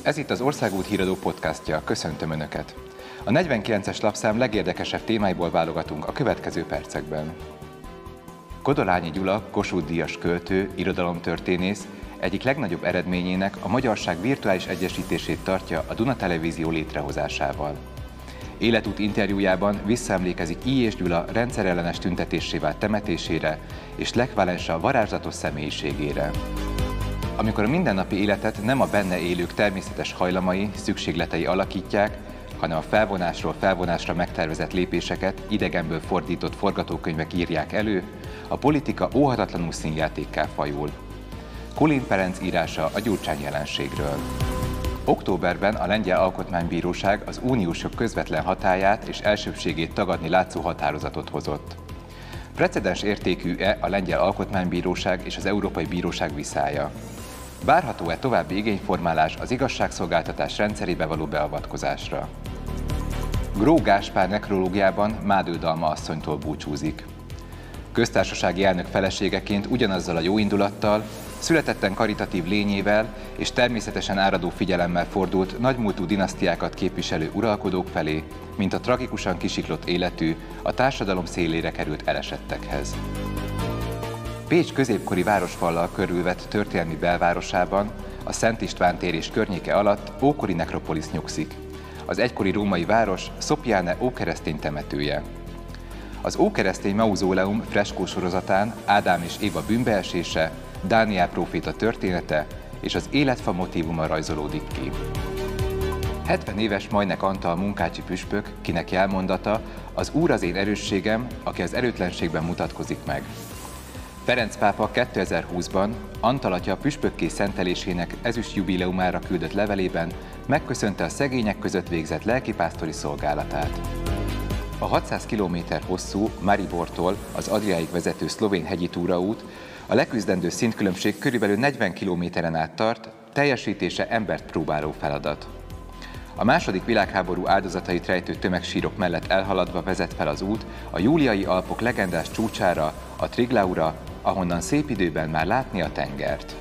Ez itt az Országút Híradó podcastja. Köszöntöm Önöket! A 49-es lapszám legérdekesebb témáiból válogatunk a következő percekben. Kodolányi Gyula, Kossuth-díjas költő, irodalomtörténész egyik legnagyobb eredményének a magyarság virtuális egyesítését tartja a Duna Televízió létrehozásával. Életút interjújában visszaemlékezik I. és Gyula rendszerellenes tüntetésével temetésére és Lech Wałęsa varázslatos személyiségére. Amikor a mindennapi életet nem a benne élők természetes hajlamai, szükségletei alakítják, hanem a felvonásról felvonásra megtervezett lépéseket idegenből fordított forgatókönyvek írják elő, a politika óhatatlanul színjátékká fajul. Kulin Ferenc írása a Gyurcsány jelenségről. Októberben a Lengyel Alkotmánybíróság az uniós jog közvetlen hatályát és elsőbbségét tagadni látszó határozatot hozott. Precedens értékű-e a Lengyel Alkotmánybíróság és az Európai Bíróság viszája? Várható-e további igényformálás az igazságszolgáltatás rendszerébe való beavatkozásra? Gró Gáspár nekrológiában Mádő Dalma asszonytól búcsúzik. Köztársasági elnök feleségeként ugyanazzal a jóindulattal, születetten karitatív lényével és természetesen áradó figyelemmel fordult nagymúltú dinasztiákat képviselő uralkodók felé, mint a tragikusan kisiklott életű, a társadalom szélére került elesettekhez. Pécs középkori városfallal körülvett történelmi belvárosában, a Szent István tér és környéke alatt ókori nekropolisz nyugszik. Az egykori római város Szopjáne ókeresztény temetője. Az ókeresztény mauzóleum freskó sorozatán Ádám és Éva bűnbeesése, Dániel próféta története és az életfa motívuma rajzolódik ki. 70 éves Majnek Antal munkácsi püspök, kinek jelmondata: az Úr az én erősségem, aki az erőtlenségben mutatkozik meg. Ferenc pápa 2020-ban Antal atya püspökké szentelésének ezüst jubileumára küldött levelében megköszönte a szegények között végzett lelkipásztori szolgálatát. A 600 km hosszú Maribortól az Adriáig vezető szlovén hegyi túraút, a leküzdendő szintkülönbség körülbelül 40 kilométeren át tart, teljesítése embert próbáló feladat. A második világháború áldozatait rejtő tömegsírok mellett elhaladva vezet fel az út a Júliai Alpok legendás csúcsára, a Triglaura, ahonnan szép időben már látni a tengert.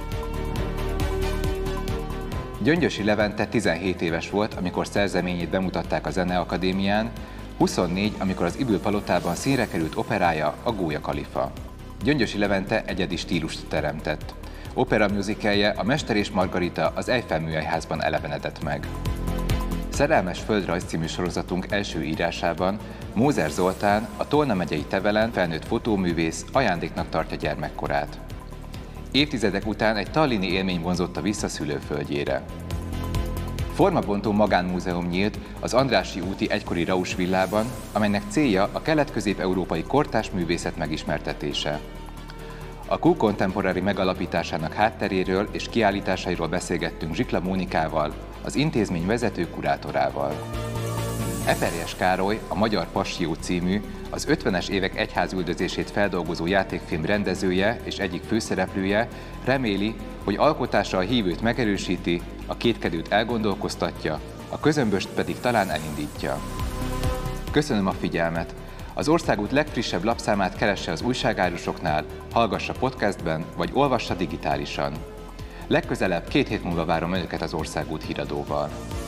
Gyöngyösi Levente 17 éves volt, amikor szerzeményét bemutatták a Zeneakadémián, 24, amikor az Ybül Palotában színre került operája, a Gólya Kalifa. Gyöngyösi Levente egyedi stílust teremtett. Opera musicalje, a Mester és Margarita az Eiffel műhelyházban elevenedett meg. Szerelmes földrajz című sorozatunk első írásában Mózer Zoltán, a Tolna megyei Tevelen felnőtt fotóművész ajándéknak tartja gyermekkorát. Évtizedek után egy tallini élmény vonzotta vissza szülőföldjére. Formabontó magánmúzeum nyílt az Andrássy úti egykori Rausch villában, amelynek célja a kelet-közép-európai kortárs művészet megismertetése. A Cool Contemporary megalapításának hátteréről és kiállításairól beszélgettünk Zsikla Mónikával, az intézmény vezető kurátorával. Eperjes Károly, a Magyar Passió című, az 50-es évek egyházüldözését feldolgozó játékfilm rendezője és egyik főszereplője reméli, hogy alkotása a hívőt megerősíti, a kétkedőt elgondolkoztatja, a közömböst pedig talán elindítja. Köszönöm a figyelmet! Az Országút legfrissebb lapszámát keresse az újságárusoknál, hallgassa podcastben vagy olvassa digitálisan. Legközelebb 2 hét múlva várom Önöket az Országút Híradóval.